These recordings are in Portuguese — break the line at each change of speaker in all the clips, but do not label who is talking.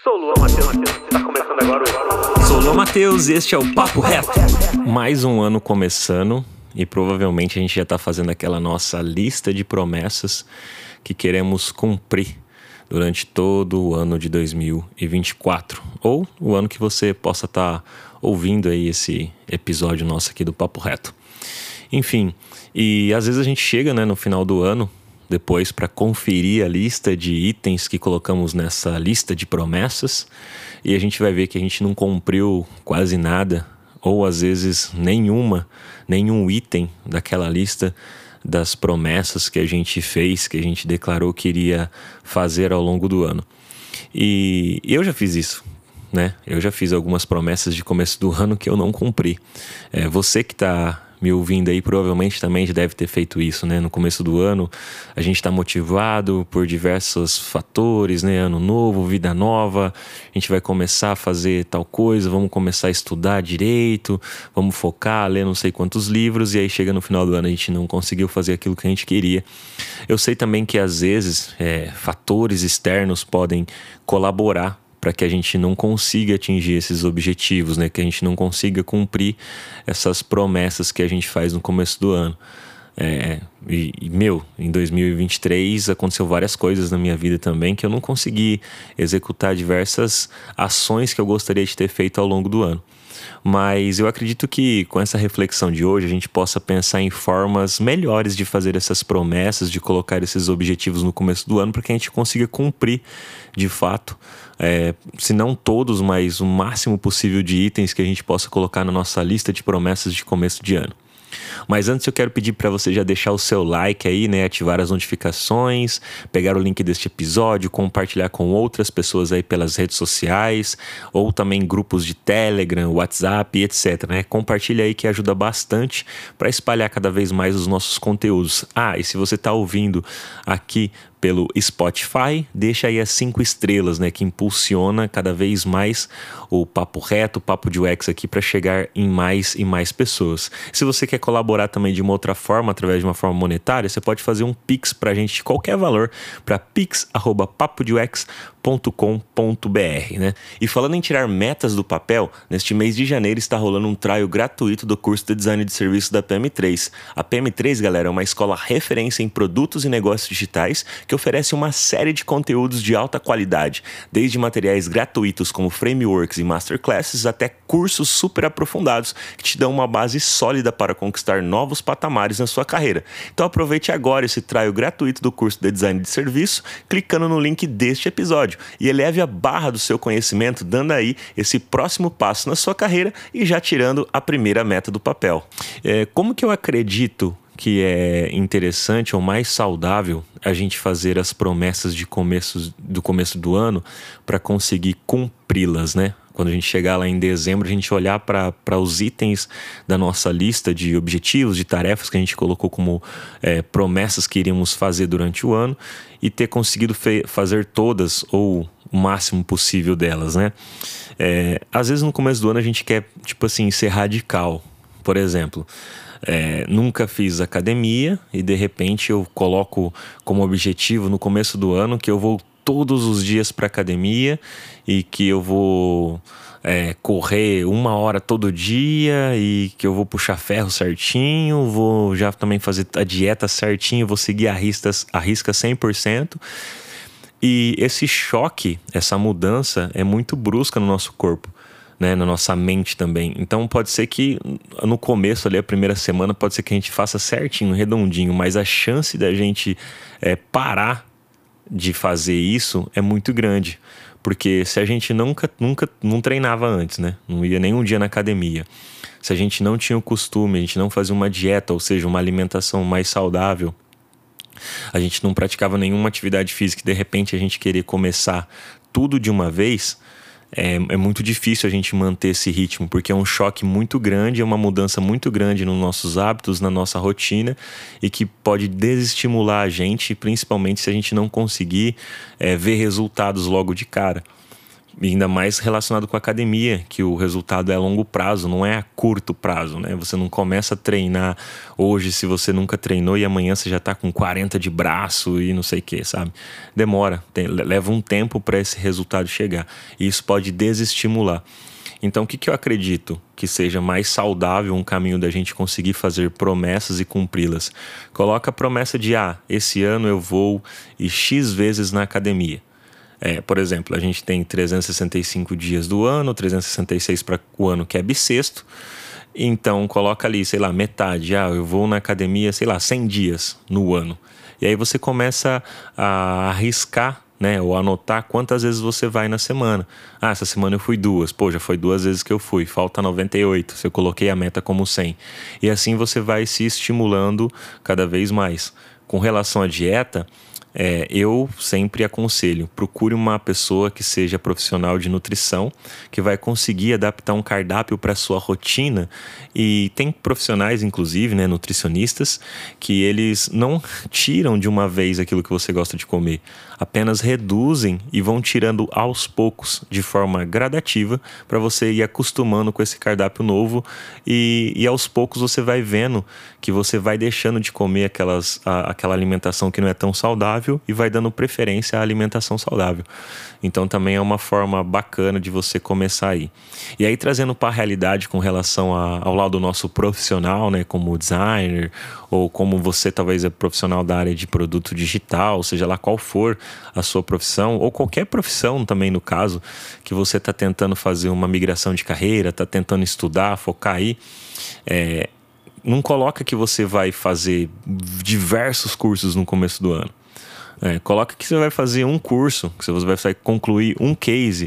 Sou o Luan Matheus, está começando agora o...
Sou o Luan Matheus e este é o Papo Reto. Mais um ano começando e provavelmente a gente já está fazendo aquela nossa lista de promessas que queremos cumprir durante todo o ano de 2024. Ou o ano que você possa estar ouvindo aí esse episódio nosso aqui do Papo Reto. Enfim, e às vezes a gente chega, no final do ano, depois para conferir a lista de itens que colocamos nessa lista de promessas e a gente vai ver que a gente não cumpriu quase nada ou às vezes nenhum item daquela lista das promessas que a gente fez, que a gente declarou que iria fazer ao longo do ano. E eu já fiz isso, Eu já fiz algumas promessas de começo do ano que eu não cumpri. Você que está me ouvindo aí provavelmente também já deve ter feito isso, No começo do ano a gente está motivado por diversos fatores, Ano novo, vida nova, a gente vai começar a fazer tal coisa, vamos começar a estudar direito, vamos focar, ler não sei quantos livros e aí chega no final do ano a gente não conseguiu fazer aquilo que a gente queria. Eu sei também que às vezes fatores externos podem colaborar para que a gente não consiga atingir esses objetivos, que a gente não consiga cumprir essas promessas que a gente faz no começo do ano. Em 2023 aconteceu várias coisas na minha vida também que eu não consegui executar diversas ações que eu gostaria de ter feito ao longo do ano. Mas eu acredito que com essa reflexão de hoje a gente possa pensar em formas melhores de fazer essas promessas, de colocar esses objetivos no começo do ano para que a gente consiga cumprir de fato, se não todos, mas o máximo possível de itens que a gente possa colocar na nossa lista de promessas de começo de ano. Mas antes eu quero pedir para você já deixar o seu like aí, ativar as notificações, pegar o link deste episódio, compartilhar com outras pessoas aí pelas redes sociais, ou também grupos de Telegram, WhatsApp, etc. Compartilha aí que ajuda bastante para espalhar cada vez mais os nossos conteúdos. E se você está ouvindo aqui pelo Spotify, deixa aí as 5 estrelas, que impulsiona cada vez mais o Papo Reto, o Papo de UX aqui para chegar em mais e mais pessoas. Se você quer colaborar também de uma outra forma, através de uma forma monetária, você pode fazer um Pix para a gente de qualquer valor para pix@papodeux.com.br, E falando em tirar metas do papel, neste mês de janeiro está rolando um trial gratuito do curso de Design de Serviço da PM3. A PM3, galera, é uma escola referência em produtos e negócios digitais que oferece uma série de conteúdos de alta qualidade, desde materiais gratuitos como frameworks e masterclasses até cursos super aprofundados que te dão uma base sólida para conquistar novos patamares na sua carreira. Então aproveite agora esse trial gratuito do curso de Design de Serviço, clicando no link deste episódio e eleve a barra do seu conhecimento, dando aí esse próximo passo na sua carreira e já tirando a primeira meta do papel. Como que eu acredito que é interessante ou mais saudável a gente fazer as promessas do começo do ano para conseguir cumpri-las, Quando a gente chegar lá em dezembro, a gente olhar para os itens da nossa lista de objetivos, de tarefas que a gente colocou como promessas que iríamos fazer durante o ano e ter conseguido fazer todas ou o máximo possível delas, Às vezes no começo do ano a gente quer, ser radical. Por exemplo, nunca fiz academia e de repente eu coloco como objetivo no começo do ano que eu vou todos os dias para academia e que eu vou correr 1 hora todo dia e que eu vou puxar ferro certinho, vou já também fazer a dieta certinho, vou seguir a risca 100%. E esse choque, essa mudança é muito brusca no nosso corpo, na nossa mente também. Então pode ser que no começo ali, a primeira semana, pode ser que a gente faça certinho, redondinho, mas a chance da gente parar de fazer isso é muito grande. Porque se a gente nunca não treinava antes, não ia nem um dia na academia, se a gente não tinha o costume, a gente não fazia uma dieta, ou seja, uma alimentação mais saudável, a gente não praticava nenhuma atividade física e de repente a gente querer começar tudo de uma vez, é muito difícil a gente manter esse ritmo, porque é um choque muito grande, é uma mudança muito grande nos nossos hábitos, na nossa rotina e que pode desestimular a gente, principalmente se a gente não conseguir ver resultados logo de cara. E ainda mais relacionado com a academia, que o resultado é a longo prazo, não é a curto prazo, né? Você não começa a treinar hoje se você nunca treinou e amanhã você já tá com 40 de braço e não sei o que, sabe? Demora, leva um tempo para esse resultado chegar. E isso pode desestimular. Então, o que eu acredito que seja mais saudável um caminho da gente conseguir fazer promessas e cumpri-las? Coloca a promessa de, esse ano eu vou ir X vezes na academia. Por exemplo, a gente tem 365 dias do ano, 366 para o ano que é bissexto. Então, coloca ali, sei lá, metade. Eu vou na academia, sei lá, 100 dias no ano. E aí você começa a arriscar, né, ou anotar quantas vezes você vai na semana. Essa semana eu fui 2. Já foi 2 vezes que eu fui. Falta 98, se eu coloquei a meta como 100. E assim você vai se estimulando cada vez mais. Com relação à dieta, eu sempre aconselho, procure uma pessoa que seja profissional de nutrição, que vai conseguir adaptar um cardápio para a sua rotina. E tem profissionais, inclusive, né, nutricionistas, que eles não tiram de uma vez aquilo que você gosta de comer, apenas reduzem e vão tirando aos poucos, de forma gradativa, para você ir acostumando com esse cardápio novo e aos poucos você vai vendo que você vai deixando de comer aquela alimentação que não é tão saudável e vai dando preferência à alimentação saudável. Então também é uma forma bacana de você começar aí. E aí, trazendo para a realidade com relação ao lado nosso profissional, né, como designer, ou como você talvez é profissional da área de produto digital, seja lá qual for a sua profissão, ou qualquer profissão também no caso, que você está tentando fazer uma migração de carreira, está tentando estudar, focar aí, não coloca que você vai fazer diversos cursos no começo do ano. Coloca que você vai fazer um curso, que você vai concluir um case.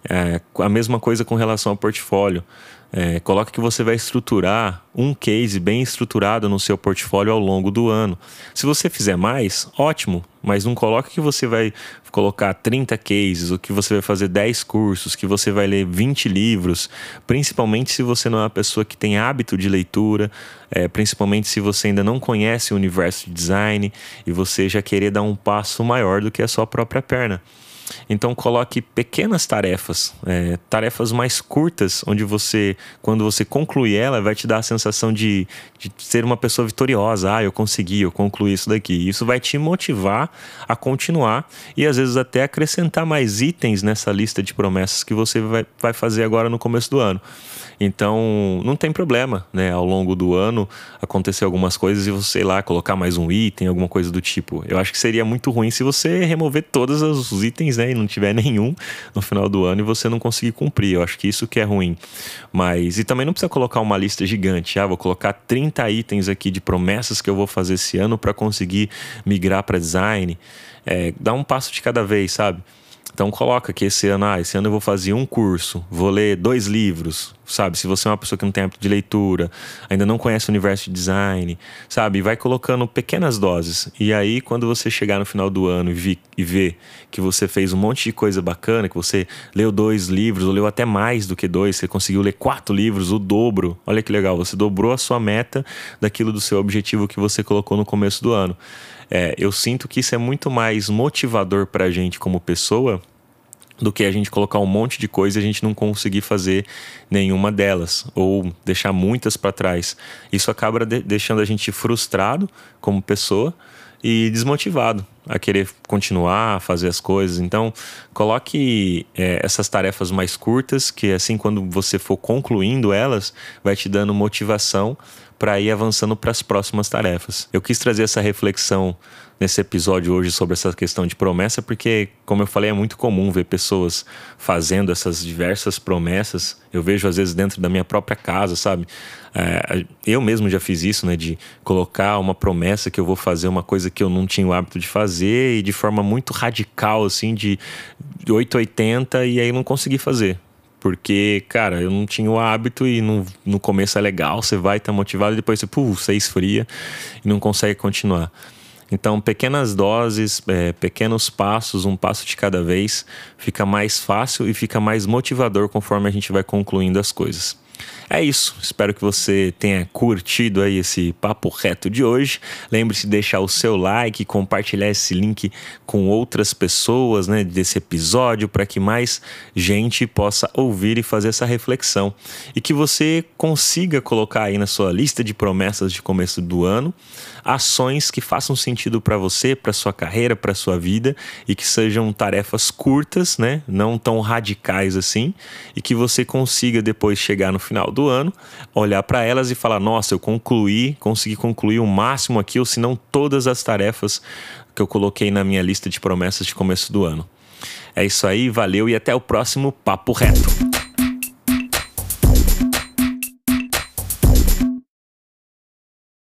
A mesma coisa com relação ao portfólio. Coloca que você vai estruturar um case bem estruturado no seu portfólio ao longo do ano. Se você fizer mais, ótimo, mas não coloca que você vai colocar 30 cases, ou que você vai fazer 10 cursos, que você vai ler 20 livros, principalmente se você não é uma pessoa que tem hábito de leitura, principalmente se você ainda não conhece o universo de design e você já querer dar um passo maior do que a sua própria perna. Então coloque pequenas tarefas, tarefas mais curtas, onde você, quando você concluir ela, vai te dar a sensação de ser uma pessoa vitoriosa. Eu consegui, eu concluí isso daqui. Isso vai te motivar a continuar e às vezes até acrescentar mais itens nessa lista de promessas que você vai fazer agora no começo do ano. Então, não tem problema, né? Ao longo do ano acontecer algumas coisas e você, sei lá, colocar mais um item, alguma coisa do tipo. Eu acho que seria muito ruim se você remover todos os itens, né? E não tiver nenhum no final do ano e você não conseguir cumprir. Eu acho que isso que é ruim. E também não precisa colocar uma lista gigante. Vou colocar 30 itens aqui de promessas que eu vou fazer esse ano para conseguir migrar para design. Dá um passo de cada vez, sabe? Então coloca que esse ano eu vou fazer um curso, vou ler 2 livros, sabe? Se você é uma pessoa que não tem hábito de leitura, ainda não conhece o universo de design, sabe? Vai colocando pequenas doses. E aí, quando você chegar no final do ano e ver que você fez um monte de coisa bacana, que você leu 2 livros, ou leu até mais do que 2, você conseguiu ler 4 livros, o dobro. Olha que legal, você dobrou a sua meta daquilo do seu objetivo que você colocou no começo do ano. Eu sinto que isso é muito mais motivador pra gente como pessoa do que a gente colocar um monte de coisa e a gente não conseguir fazer nenhuma delas, ou deixar muitas para trás. Isso acaba deixando a gente frustrado como pessoa e desmotivado a querer continuar a fazer as coisas. Então, coloque essas tarefas mais curtas, que assim, quando você for concluindo elas, vai te dando motivação para ir avançando para as próximas tarefas. Eu quis trazer essa reflexão nesse episódio hoje sobre essa questão de promessa, porque, como eu falei, é muito comum ver pessoas fazendo essas diversas promessas. Eu vejo, às vezes, dentro da minha própria casa, sabe? Eu mesmo já fiz isso, né? De colocar uma promessa que eu vou fazer uma coisa que eu não tinha o hábito de fazer e de forma muito radical, assim, de 880, e aí não consegui fazer. Porque, cara, eu não tinha o hábito e no começo é legal, você vai estar motivado e depois você esfria e não consegue continuar. Então, pequenas doses, pequenos passos, um passo de cada vez, fica mais fácil e fica mais motivador conforme a gente vai concluindo as coisas. É isso, espero que você tenha curtido aí esse papo reto de hoje. Lembre-se de deixar o seu like, compartilhar esse link com outras pessoas, né, desse episódio, para que mais gente possa ouvir e fazer essa reflexão. E que você consiga colocar aí na sua lista de promessas de começo do ano ações que façam sentido para você, para sua carreira, para sua vida, e que sejam tarefas curtas, né, não tão radicais assim, e que você consiga depois chegar no final do ano, olhar para elas e falar: nossa, eu consegui concluir o máximo aqui, ou se não todas as tarefas que eu coloquei na minha lista de promessas de começo do ano. É isso aí, valeu e até o próximo Papo Reto.